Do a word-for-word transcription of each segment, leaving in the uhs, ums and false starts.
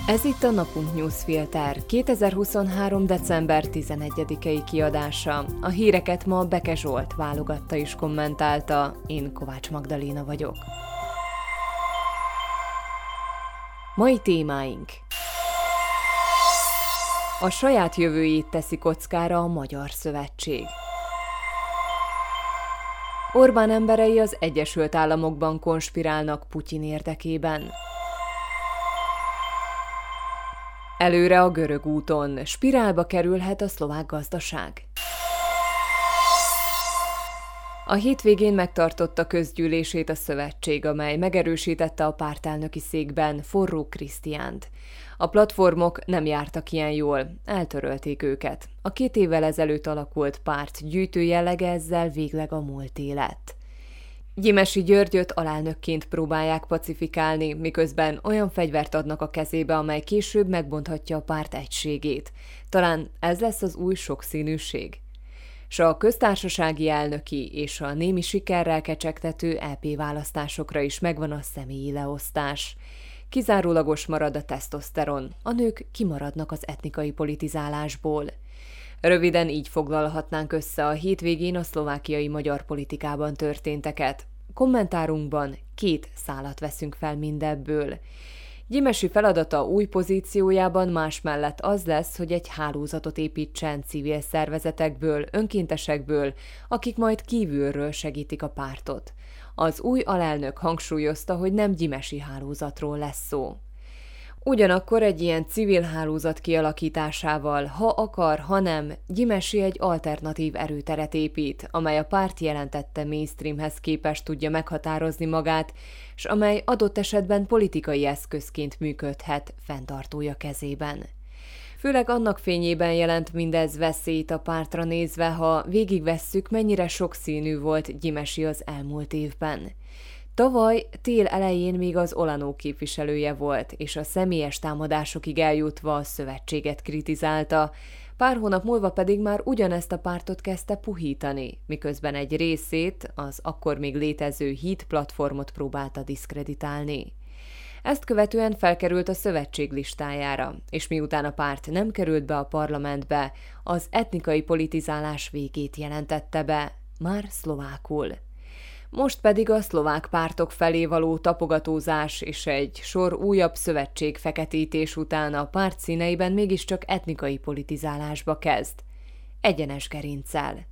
Ez itt a Napunk Newsfilter kétezer-huszonhárom. december tizenegyedikei kiadása. A híreket ma Beke Zsolt válogatta és kommentálta, én Kovács Magdaléna vagyok. Mai témáink: a saját jövőjét teszi kockára a Magyar Szövetség. Orbán emberei az Egyesült Államokban konspirálnak Putyin érdekében. Előre a görög úton, spirálba kerülhet a szlovák gazdaság. A hétvégén megtartotta közgyűlését a szövetség, amely megerősítette a pártelnöki székben Forró Krisztiánt. A platformok nem jártak ilyen jól, eltörölték őket. A két évvel ezelőtt alakult párt gyűjtő jellege ezzel végleg a múlté lett. Gyimesi Györgyöt alelnökként próbálják pacifikálni, miközben olyan fegyvert adnak a kezébe, amely később megbonthatja a párt egységét. Talán ez lesz az új sokszínűség? S a köztársasági elnöki és a némi sikerrel kecsegtető é pé választásokra is megvan a személyi leosztás. Kizárólagos marad a tesztoszteron, a nők kimaradnak az etnikai politizálásból. Röviden így foglalhatnánk össze a hétvégén a szlovákiai magyar politikában történteket. Kommentárunkban két szálat veszünk fel mindebből. Gyimesi feladata új pozíciójában más mellett az lesz, hogy egy hálózatot építsen civil szervezetekből, önkéntesekből, akik majd kívülről segítik a pártot. Az új alelnök hangsúlyozta, hogy nem gyimesi hálózatról lesz szó. Ugyanakkor egy ilyen civil hálózat kialakításával, ha akar, ha nem, Gyimesi egy alternatív erőteret épít, amely a párt jelentette mainstreamhez képest tudja meghatározni magát, s amely adott esetben politikai eszközként működhet fenntartója kezében. Főleg annak fényében jelent mindez veszélyt a pártra nézve, ha végigvesszük, mennyire sokszínű volt Gyimesi az elmúlt évben. Tavaly tél elején még az Olanó képviselője volt, és a személyes támadásokig eljutva a szövetséget kritizálta, pár hónap múlva pedig már ugyanezt a pártot kezdte puhítani, miközben egy részét, az akkor még létező hit platformot próbálta diszkreditálni. Ezt követően felkerült a szövetség listájára, és miután a párt nem került be a parlamentbe, az etnikai politizálás végét jelentette be, már szlovákul. Most pedig a szlovák pártok felé való tapogatózás és egy sor újabb szövetség feketítés után a párt színeiben mégiscsak etnikai politizálásba kezd. Egyenes gerinccel.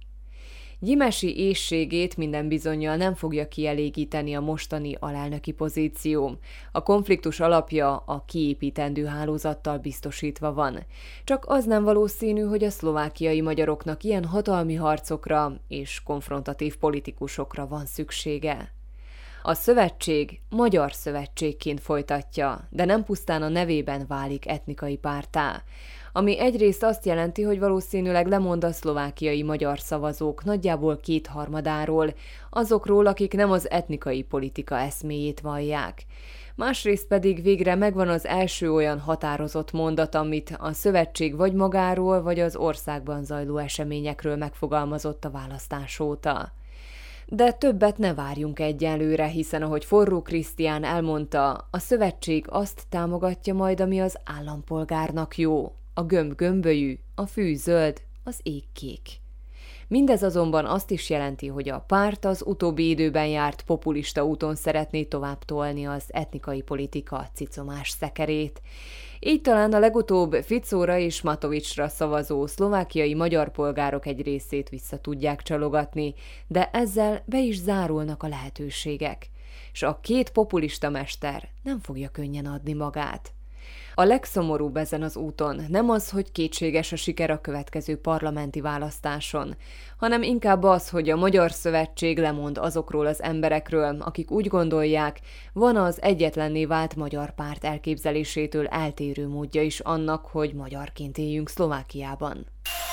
Gyimesi éhségét minden bizonnyal nem fogja kielégíteni a mostani alelnöki pozíció. A konfliktus alapja a kiépítendő hálózattal biztosítva van. Csak az nem valószínű, hogy a szlovákiai magyaroknak ilyen hatalmi harcokra és konfrontatív politikusokra van szüksége. A szövetség Magyar Szövetségként folytatja, de nem pusztán a nevében válik etnikai párttá, ami egyrészt azt jelenti, hogy valószínűleg lemond a szlovákiai magyar szavazók nagyjából kétharmadáról, azokról, akik nem az etnikai politika eszméjét vallják. Másrészt pedig végre megvan az első olyan határozott mondat, amit a szövetség vagy magáról, vagy az országban zajló eseményekről megfogalmazott a választás óta. De többet ne várjunk egyelőre, hiszen ahogy Forró Krisztián elmondta, a szövetség azt támogatja majd, ami az állampolgárnak jó. A gömb gömbölyű, a fű zöld, az ég kék. Mindez azonban azt is jelenti, hogy a párt az utóbbi időben járt populista úton szeretné tovább tolni az etnikai politika cicomás szekerét. Így talán a legutóbb Ficóra és Matovicsra szavazó szlovákiai magyar polgárok egy részét vissza tudják csalogatni, de ezzel be is zárulnak a lehetőségek. S a két populista mester nem fogja könnyen adni magát. A legszomorúbb ezen az úton nem az, hogy kétséges a siker a következő parlamenti választáson, hanem inkább az, hogy a Magyar Szövetség lemond azokról az emberekről, akik úgy gondolják, van az egyetlenné vált magyar párt elképzelésétől eltérő módja is annak, hogy magyarként éljünk Szlovákiában.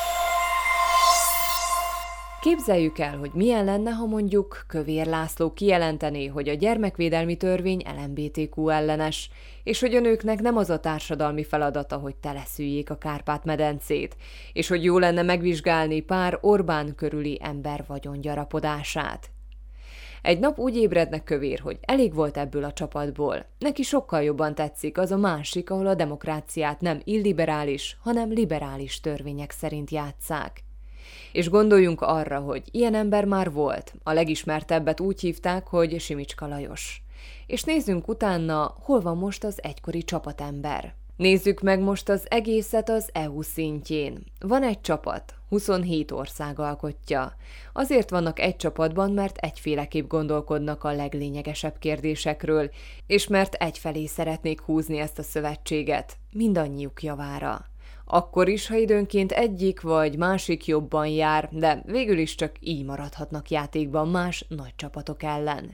Képzeljük el, hogy milyen lenne, ha mondjuk Kövér László kijelentené, hogy a gyermekvédelmi törvény el em bé té kú ellenes, és hogy a nőknek nem az a társadalmi feladata, hogy teleszüljék a Kárpát-medencét, és hogy jó lenne megvizsgálni pár Orbán körüli ember vagyongyarapodását. Egy nap úgy ébrednek Kövér, hogy elég volt ebből a csapatból. Neki sokkal jobban tetszik az a másik, ahol a demokráciát nem illiberális, hanem liberális törvények szerint játsszák. És gondoljunk arra, hogy ilyen ember már volt, a legismertebbet úgy hívták, hogy Simicska Lajos. És nézzünk utána, hol van most az egykori csapatember. Nézzük meg most az egészet az é u szintjén. Van egy csapat, huszonhét ország alkotja. Azért vannak egy csapatban, mert egyféleképp gondolkodnak a leglényegesebb kérdésekről, és mert egyfelé szeretnék húzni ezt a szövetséget, mindannyiuk javára. Akkor is, ha időnként egyik vagy másik jobban jár, de végül is csak így maradhatnak játékban más nagy csapatok ellen.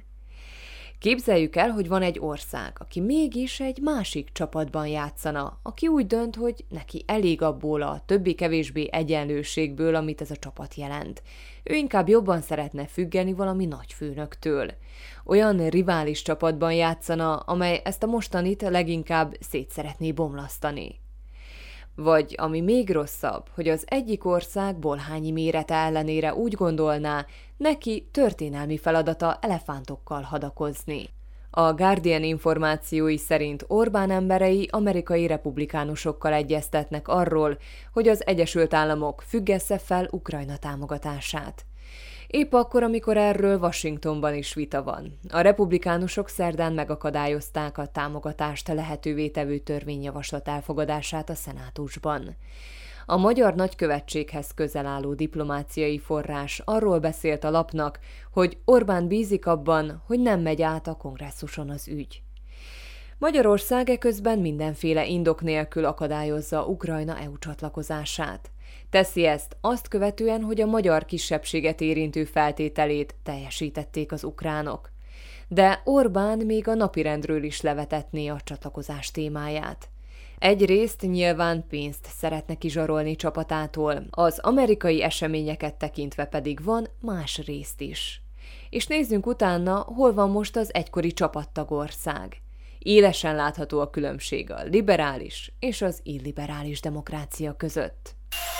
Képzeljük el, hogy van egy ország, aki mégis egy másik csapatban játszana, aki úgy dönt, hogy neki elég abból a többi-kevésbé egyenlőségből, amit ez a csapat jelent. Ő inkább jobban szeretne függeni valami nagy főnöktől. Olyan rivális csapatban játszana, amely ezt a mostanit leginkább szét szeretné bomlasztani. Vagy ami még rosszabb, hogy az egyik ország bolhányi mérete ellenére úgy gondolná, neki történelmi feladata elefántokkal hadakozni. A Guardian információi szerint Orbán emberei amerikai republikánusokkal egyeztetnek arról, hogy az Egyesült Államok függesse fel Ukrajna támogatását. Épp akkor, amikor erről Washingtonban is vita van. A republikánusok szerdán megakadályozták a támogatást lehetővé tevő törvényjavaslat elfogadását a szenátusban. A magyar nagykövetséghez közel álló diplomáciai forrás arról beszélt a lapnak, hogy Orbán bízik abban, hogy nem megy át a kongresszuson az ügy. Magyarország eközben mindenféle indok nélkül akadályozza Ukrajna é u csatlakozását. Teszi ezt azt követően, hogy a magyar kisebbséget érintő feltételét teljesítették az ukránok. De Orbán még a napirendről is levetetné a csatlakozás témáját. Egyrészt nyilván pénzt szeretne kizsarolni csapatától, az amerikai eseményeket tekintve pedig van más részt is. És nézzünk utána, hol van most az egykori csapattagország. Élesen látható a különbség a liberális és az illiberális demokrácia között.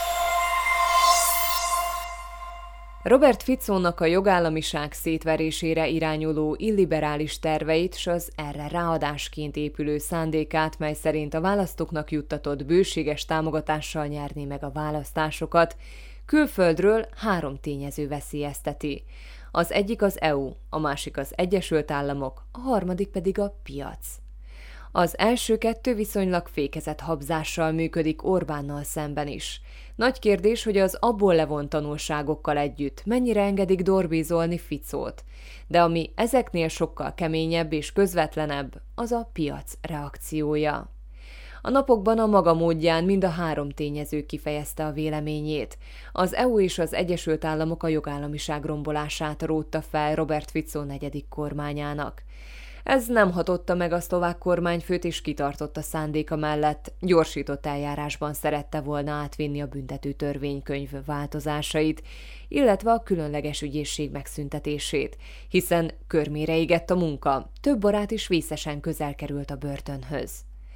Robert Ficónak a jogállamiság szétverésére irányuló illiberális terveit s az erre ráadásként épülő szándékát, mely szerint a választóknak juttatott bőséges támogatással nyerné meg a választásokat, külföldről három tényező veszélyezteti. Az egyik az é u, a másik az Egyesült Államok, a harmadik pedig a piac. Az első kettő viszonylag fékezett habzással működik Orbánnal szemben is. Nagy kérdés, hogy az abból levont tanulságokkal együtt mennyire engedik dorbízolni Ficót, de ami ezeknél sokkal keményebb és közvetlenebb, az a piac reakciója. A napokban a maga módján mind a három tényező kifejezte a véleményét. Az é u és az Egyesült Államok a jogállamiság rombolását rótta fel Robert Fico negyedik kormányának. Ez nem hatotta meg a szlovák kormányfőt, és kitartott a szándéka mellett, gyorsított eljárásban szerette volna átvinni a büntető törvénykönyv változásait, illetve a különleges ügyészség megszüntetését, hiszen körmére égett a munka, több barát is vészesen közel került a börtönhöz.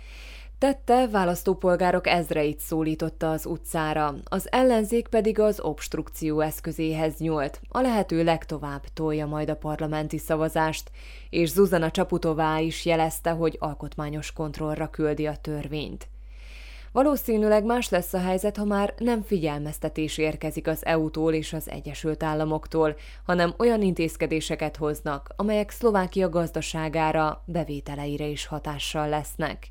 Tette, választópolgárok ezreit szólította az utcára, az ellenzék pedig az obstrukció eszközéhez nyúlt, a lehető legtovább tolja majd a parlamenti szavazást, és Zuzana Csaputová is jelezte, hogy alkotmányos kontrollra küldi a törvényt. Valószínűleg más lesz a helyzet, ha már nem figyelmeztetés érkezik az é u-tól és az Egyesült Államoktól, hanem olyan intézkedéseket hoznak, amelyek Szlovákia gazdaságára, bevételeire is hatással lesznek.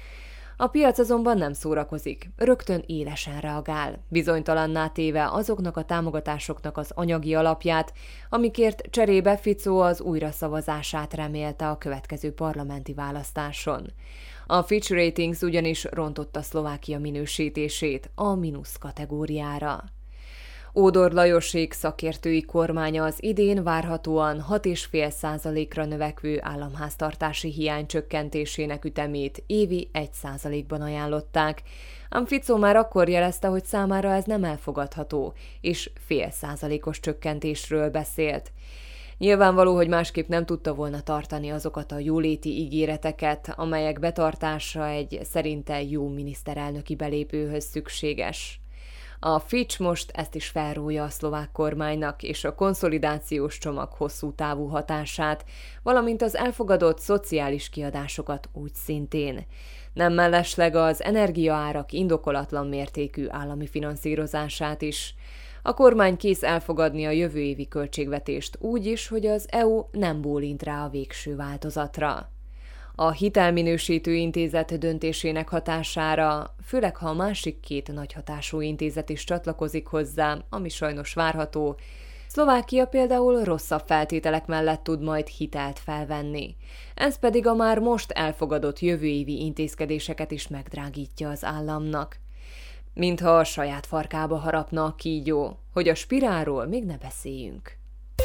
A piac azonban nem szórakozik, rögtön élesen reagál, bizonytalanná téve azoknak a támogatásoknak az anyagi alapját, amikért cserébe Fico az újraszavazását remélte a következő parlamenti választáson. A Fitch Ratings ugyanis rontotta Szlovákia minősítését a mínusz kategóriára. Ódor Lajosék szakértői kormánya az idén várhatóan hat egész öt százalékra növekvő államháztartási hiány csökkentésének ütemét évi egy százalékban ajánlották, ám Fico már akkor jelezte, hogy számára ez nem elfogadható, és fél százalékos csökkentésről beszélt. Nyilvánvaló, hogy másképp nem tudta volna tartani azokat a jóléti ígéreteket, amelyek betartása egy szerinte jó miniszterelnöki belépőhöz szükséges. A Fitch most ezt is felrója a szlovák kormánynak és a konszolidációs csomag hosszú távú hatását, valamint az elfogadott szociális kiadásokat úgy szintén. Nem mellesleg az energiaárak indokolatlan mértékű állami finanszírozását is. A kormány kész elfogadni a jövő évi költségvetést úgy is, hogy az é u nem bólint rá a végső változatra. A hitelminősítő intézet döntésének hatására, főleg ha a másik két nagy hatású intézet is csatlakozik hozzá, ami sajnos várható, Szlovákia például rosszabb feltételek mellett tud majd hitelt felvenni. Ez pedig a már most elfogadott jövő évi intézkedéseket is megdrágítja az államnak. Mintha a saját farkába harapna a kígyó, hogy a spirálról még ne beszéljünk.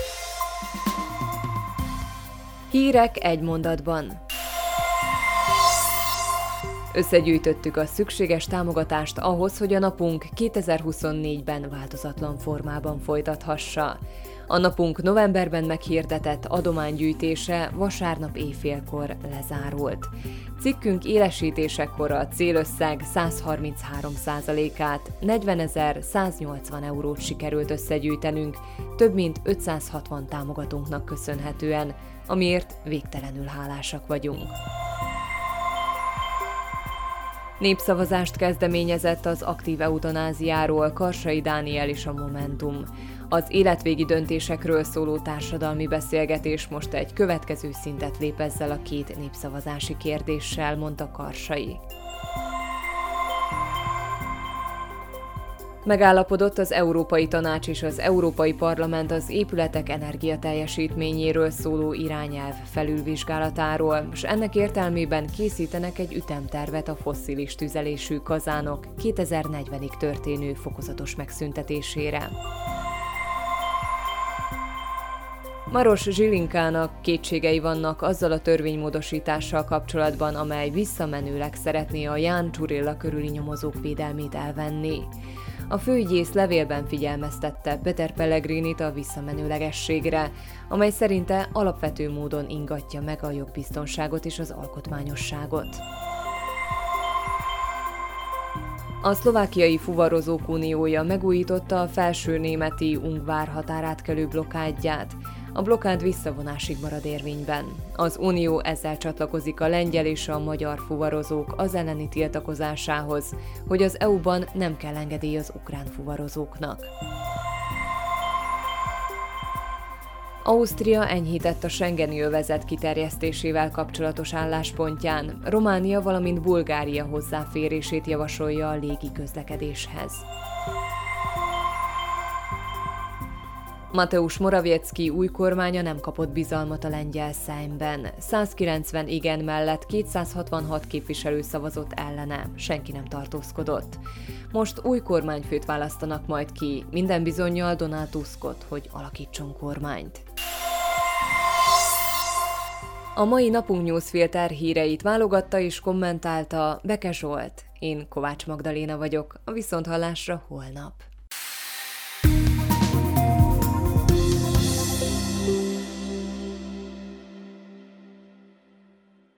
Hírek egy mondatban. Összegyűjtöttük a szükséges támogatást ahhoz, hogy a napunk kétezer-huszonnégyben változatlan formában folytathassa. A napunk novemberben meghirdetett adománygyűjtése vasárnap éjfélkor lezárult. Cikkünk élesítésekor a célösszeg száz harminchárom százalékát, negyvenezer-száznyolcvan eurót sikerült összegyűjtenünk, több mint ötszázhatvan támogatónknak köszönhetően, amiért végtelenül hálásak vagyunk. Népszavazást kezdeményezett az aktív eutanáziáról Karsai Dániel és a Momentum. Az életvégi döntésekről szóló társadalmi beszélgetés most egy következő szintet lép ezzel a két népszavazási kérdéssel, mondta Karsai. Megállapodott az Európai Tanács és az Európai Parlament az épületek energiateljesítményéről szóló irányelv felülvizsgálatáról, és ennek értelmében készítenek egy ütemtervet a fosszilis tüzelésű kazánok kétezer-negyvenig történő fokozatos megszüntetésére. Maros Zsilinkának kétségei vannak azzal a törvénymódosítással kapcsolatban, amely visszamenőleg szeretné a Ján Czurilla körüli nyomozók védelmét elvenni. A főügyész levélben figyelmeztette Peter Pellegrinit a visszamenőlegességre, amely szerinte alapvető módon ingatja meg a jogbiztonságot és az alkotmányosságot. A szlovákiai fuvarozók uniója megújította a felsőnémeti Ungvár határátkelő blokkádját. A blokkád visszavonásig marad érvényben. Az unió ezzel csatlakozik a lengyel és a magyar fuvarozók az elleni tiltakozásához, hogy az é u-ban nem kell engedély az ukrán fuvarozóknak. Ausztria enyhített a schengeni övezet kiterjesztésével kapcsolatos álláspontján, Románia, valamint Bulgária hozzáférését javasolja a légi közlekedéshez. Mateusz Morawiecki új kormánya nem kapott bizalmat a lengyel Szejmben. százkilencven igen mellett kétszázhatvanhat képviselő szavazott ellene, senki nem tartózkodott. Most új kormányfőt választanak majd ki, minden bizonnyal Donald Tuskot, hogy alakítson kormányt. A mai Napunk Newsfilter híreit válogatta és kommentálta Beke Zsolt. Én Kovács Magdaléna vagyok, a viszonthallásra holnap.